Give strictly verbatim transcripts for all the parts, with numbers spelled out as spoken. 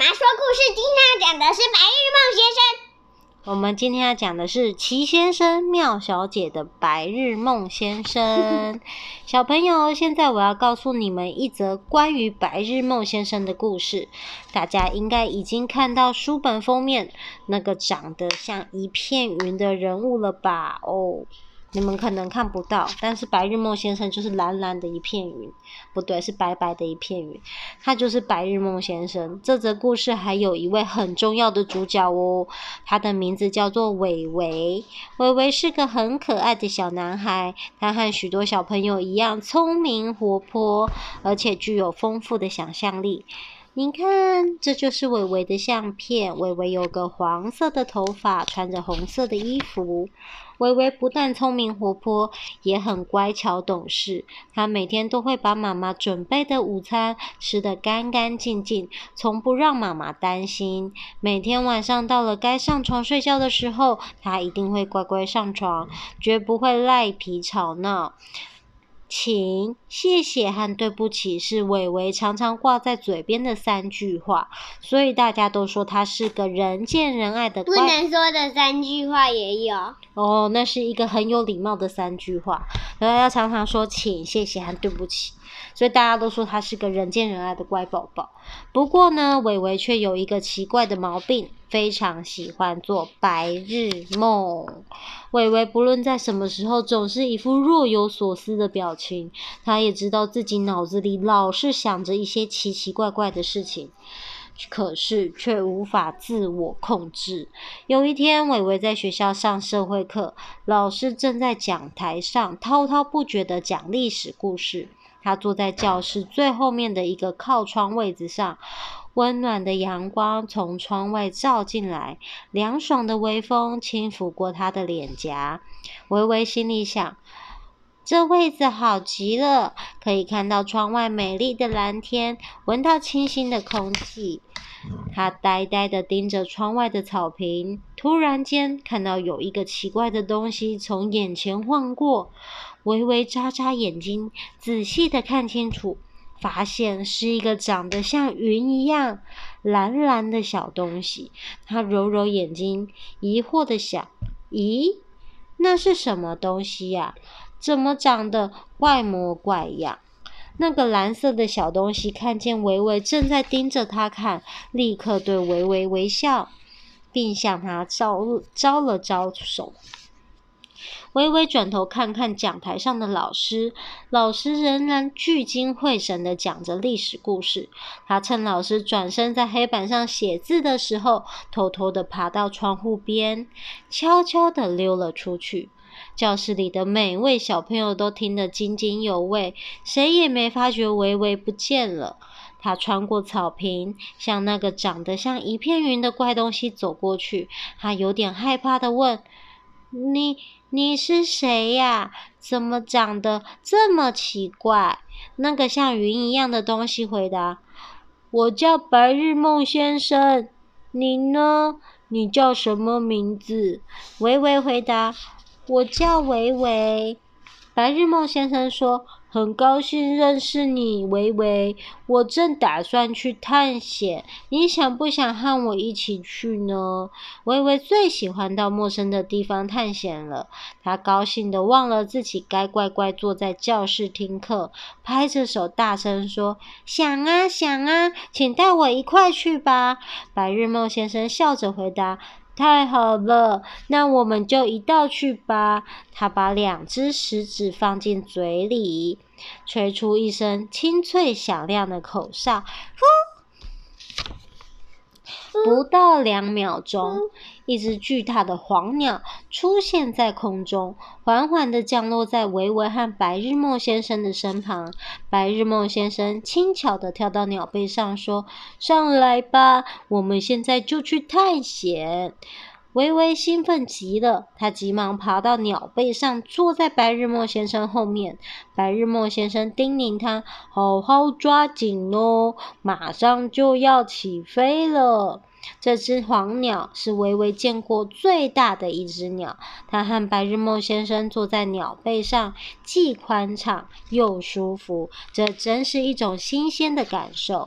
说故事，今天要讲的是白日梦先生。 我们今天要讲的是奇先生妙小姐的白日梦先生。小朋友，现在我要告诉你们一则关于白日梦先生的故事。大家应该已经看到书本封面那个长得像一片云的人物了吧？哦，你们可能看不到，但是白日梦先生就是蓝蓝的一片云，不对，是白白的一片云，他就是白日梦先生。这则故事还有一位很重要的主角哦，他的名字叫做伟伟。伟伟是个很可爱的小男孩，他和许多小朋友一样聪明活泼，而且具有丰富的想象力。你看，这就是伟伟的相片。伟伟有个黄色的头发，穿着红色的衣服。伟伟不但聪明活泼，也很乖巧懂事。他每天都会把妈妈准备的午餐吃得干干净净，从不让妈妈担心。每天晚上到了该上床睡觉的时候，他一定会乖乖上床，绝不会赖皮吵闹。请、谢谢和对不起是伟伟常常挂在嘴边的三句话，所以大家都说他是个人见人爱的乖。 不能说的三句话也有哦，那是一个很有礼貌的三句话，然后要常常说请、谢谢和对不起，所以大家都说他是个人见人爱的乖宝宝。不过呢，伟伟却有一个奇怪的毛病，非常喜欢做白日梦。伟伟不论在什么时候，总是一副若有所思的表情。他也知道自己脑子里老是想着一些奇奇怪怪的事情，可是却无法自我控制。有一天，伟伟在学校上社会课，老师正在讲台上滔滔不绝地讲历史故事。他坐在教室最后面的一个靠窗位子上，温暖的阳光从窗外照进来，凉爽的微风轻拂过他的脸颊。微微心里想，这位子好极了，可以看到窗外美丽的蓝天，闻到清新的空气。他呆呆地盯着窗外的草坪，突然间看到有一个奇怪的东西从眼前晃过。微微眨眨眼睛，仔细地看清楚，发现是一个长得像云一样蓝蓝的小东西。他揉揉眼睛，疑惑地想，咦，那是什么东西呀？怎么长得怪模怪样？那个蓝色的小东西看见微微正在盯着他看，立刻对微微微笑，并向他招招了招手。微微转头看看讲台上的老师，老师仍然聚精会神地讲着历史故事。他趁老师转身在黑板上写字的时候，偷偷地爬到窗户边，悄悄地溜了出去。教室里的每位小朋友都听得津津有味，谁也没发觉微微不见了。他穿过草坪，向那个长得像一片云的怪东西走过去。他有点害怕地问，你你是谁呀？怎么长得这么奇怪？那个像云一样的东西回答，我叫白日梦先生，你呢？你叫什么名字？微微回答，我叫维维。白日梦先生说，很高兴认识你，维维。我正打算去探险，你想不想和我一起去呢？维维最喜欢到陌生的地方探险了，他高兴地忘了自己该乖乖坐在教室听课，拍着手大声说，想啊想啊，请带我一块去吧。白日梦先生笑着回答，太好了，那我们就一道去吧。他把两只食指放进嘴里，吹出一声清脆响亮的口哨，呼！不到两秒钟，一只巨大的黄鸟出现在空中，缓缓地降落在维维和白日梦先生的身旁。白日梦先生轻巧地跳到鸟背上，说，上来吧，我们现在就去探险。维维兴奋极了，他急忙爬到鸟背上，坐在白日梦先生后面。白日梦先生叮咛他，好好抓紧哦，马上就要起飞了。这只黄鸟是维维见过最大的一只鸟，它和白日梦先生坐在鸟背上，既宽敞又舒服，这真是一种新鲜的感受。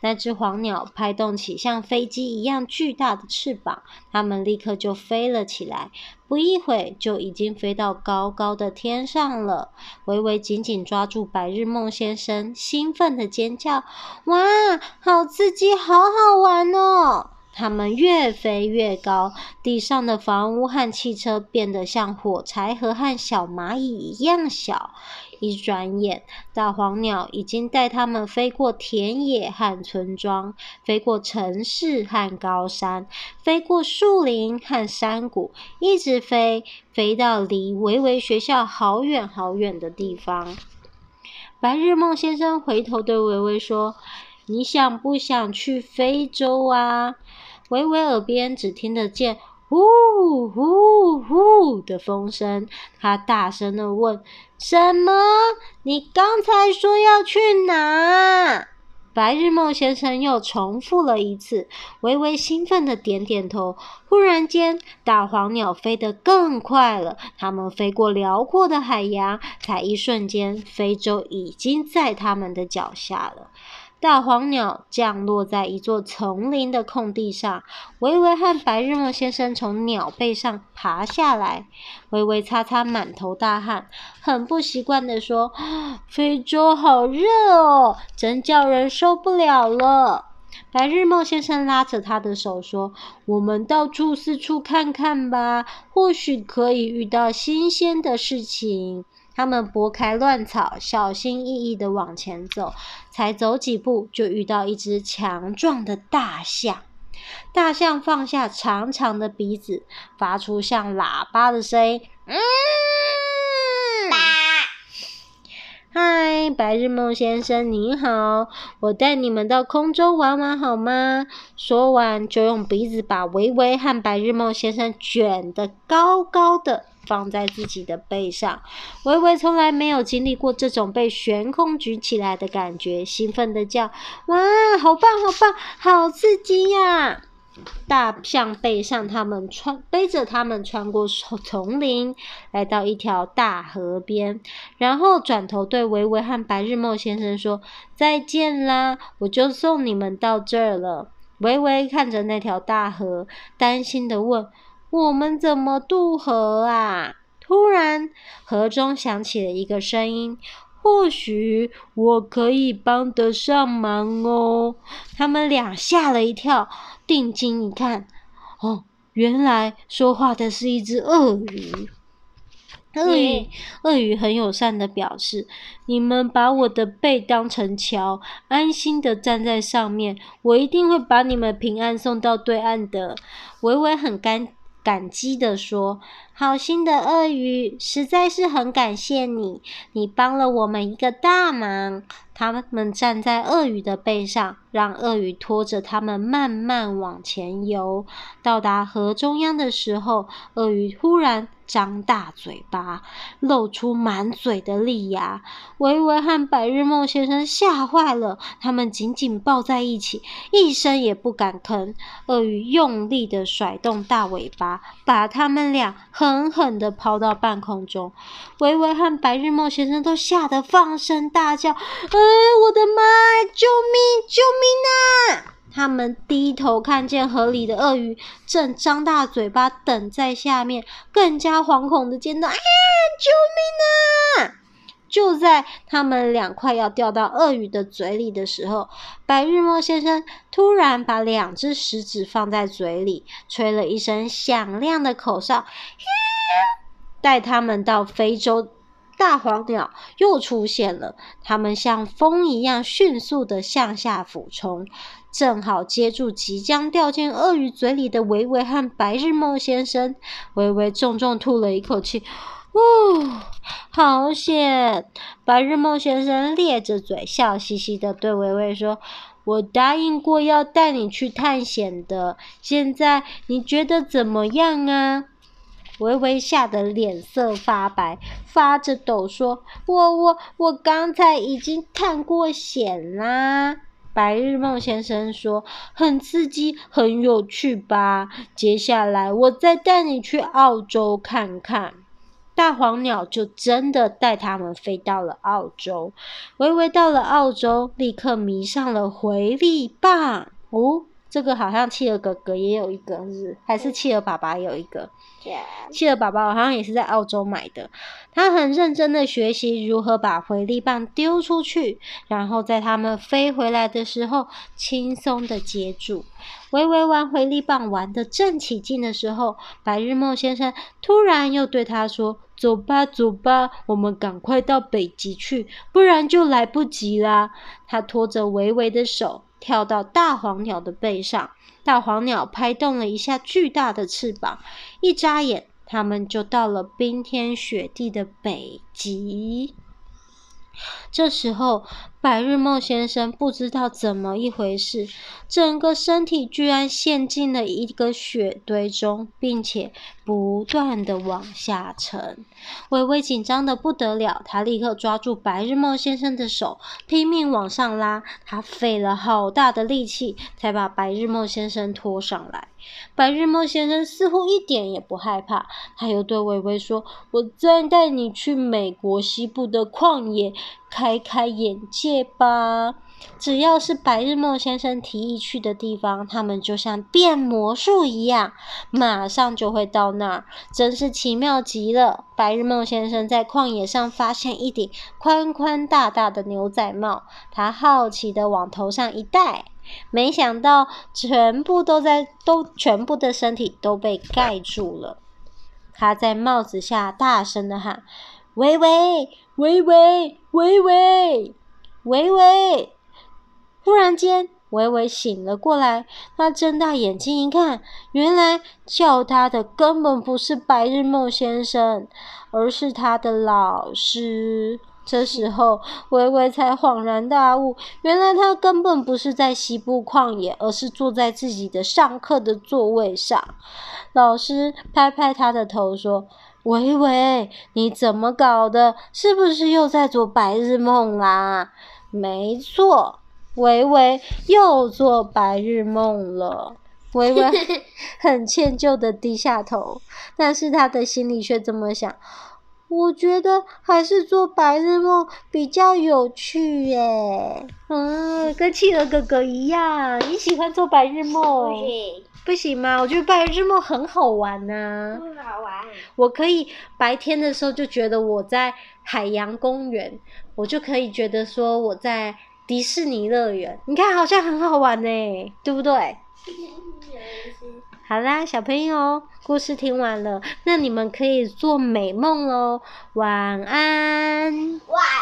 那只黄鸟拍动起像飞机一样巨大的翅膀，它们立刻就飞了起来，不一会就已经飞到高高的天上了。微微紧紧抓住白日梦先生，兴奋的尖叫：哇，好刺激，好好玩哦！它们越飞越高，地上的房屋和汽车变得像火柴盒和小蚂蚁一样小。一转眼，大黄鸟已经带它们飞过田野和村庄，飞过城市和高山，飞过树林和山谷，一直飞，飞到离微微学校好远好远的地方。白日梦先生回头对微微说：你想不想去非洲啊？微微耳边只听得见呼呼呼的风声，他大声地问：什么？你刚才说要去哪？白日梦先生又重复了一次，微微兴奋地点点头。忽然间，大黄鸟飞得更快了，它们飞过辽阔的海洋，才一瞬间，非洲已经在它们的脚下了。大黄鸟降落在一座丛林的空地上，微微和白日梦先生从鸟背上爬下来。微微擦擦满头大汗，很不习惯地说：非洲好热哦，真叫人受不了了。白日梦先生拉着他的手说：我们到处四处看看吧，或许可以遇到新鲜的事情。他们拨开乱草，小心翼翼地往前走，才走几步就遇到一只强壮的大象。大象放下长长的鼻子，发出像喇叭的声音：嗯，嗨，白日梦先生你好，我带你们到空中玩玩好吗？说完就用鼻子把微微和白日梦先生卷得高高的，放在自己的背上。微微从来没有经历过这种被悬空举起来的感觉，兴奋地叫：哇，好棒好棒，好刺激呀！大象背上他们穿背着他们穿过丛林，来到一条大河边，然后转头对微微和白日梦先生说：再见啦，我就送你们到这儿了。微微看着那条大河，担心地问：我们怎么渡河啊？突然，河中响起了一个声音：或许我可以帮得上忙哦。他们俩吓了一跳，定睛一看，哦，原来说话的是一只鳄鱼。鳄鱼，鳄鱼很友善地表示：你们把我的背当成桥，安心地站在上面，我一定会把你们平安送到对岸的。微微很感感激地说：好心的鳄鱼，实在是很感谢你，你帮了我们一个大忙。他们站在鳄鱼的背上，让鳄鱼拖着他们慢慢往前游。到达河中央的时候，鳄鱼忽然张大嘴巴，露出满嘴的利牙。微微和白日梦先生吓坏了，他们紧紧抱在一起，一声也不敢吭。鳄鱼用力地甩动大尾巴，把他们俩狠狠地抛到半空中。微微和白日梦先生都吓得放声大叫：哎，我的妈！救命！救命啊！他们低头看见河里的鳄鱼正张大嘴巴等在下面，更加惶恐的尖叫：啊！救命啊！就在他们俩快要掉到鳄鱼的嘴里的时候，白日梦先生突然把两只食指放在嘴里，吹了一声响亮的口哨，带他们到非洲。大黄鸟又出现了，它们像风一样迅速地向下俯冲，正好接住即将掉进鳄鱼嘴里的微微和白日梦先生。微微重重吐了一口气，哦，好险！白日梦先生咧着嘴，笑嘻嘻地对微微说：我答应过要带你去探险的，现在你觉得怎么样啊？微微吓得脸色发白，发着抖说：我我我刚才已经探过险啦。白日梦先生说：很刺激，很有趣吧？接下来我再带你去澳洲看看。 大黄鸟就真的带他们飞到了澳洲。维维到了澳洲，立刻迷上了回力棒。哦，这个好像企鹅哥哥也有一个，是不是？还是企鹅爸爸有一个？企鹅爸爸好像也是在澳洲买的。他很认真的学习如何把回力棒丢出去，然后在他们飞回来的时候轻松的接住。维维玩回力棒玩得正起劲的时候，白日梦先生突然又对他说：走吧走吧，我们赶快到北极去，不然就来不及啦。他拖着维维的手跳到大黄鸟的背上，大黄鸟拍动了一下巨大的翅膀，一眨眼他们就到了冰天雪地的北极。这时候白日梦先生不知道怎么一回事，整个身体居然陷进了一个雪堆中，并且不断的往下沉。微微紧张的不得了，他立刻抓住白日梦先生的手，拼命往上拉。他费了好大的力气，才把白日梦先生拖上来。白日梦先生似乎一点也不害怕，他又对微微说：我再带你去美国西部的旷野开开眼界吧。只要是白日梦先生提议去的地方，他们就像变魔术一样，马上就会到那儿，真是奇妙极了。白日梦先生在旷野上发现一顶宽宽大大的牛仔帽，他好奇的往头上一戴，没想到全部都在都全部的身体都被盖住了。他在帽子下大声的喊：喂喂喂喂喂喂喂喂！忽然间，维维醒了过来，他睁大眼睛一看，原来叫他的根本不是白日梦先生，而是他的老师。这时候，维维才恍然大悟，原来他根本不是在西部旷野，而是坐在自己的上课的座位上。老师拍拍他的头说：维维，你怎么搞的？是不是又在做白日梦啦？没错，维维又做白日梦了。维维很歉疚的低下头，但是他的心里却这么想：我觉得还是做白日梦比较有趣耶。嗯，跟企鹅哥哥一样，你喜欢做白日梦？ 不行， 不行吗？我觉得白日梦很好玩啊。 不好玩。 我可以白天的时候就觉得我在海洋公园，我就可以觉得说我在迪士尼乐园，你看好像很好玩呢，对不对？好啦，小朋友，故事听完了，那你们可以做美梦咯。晚安。 哇。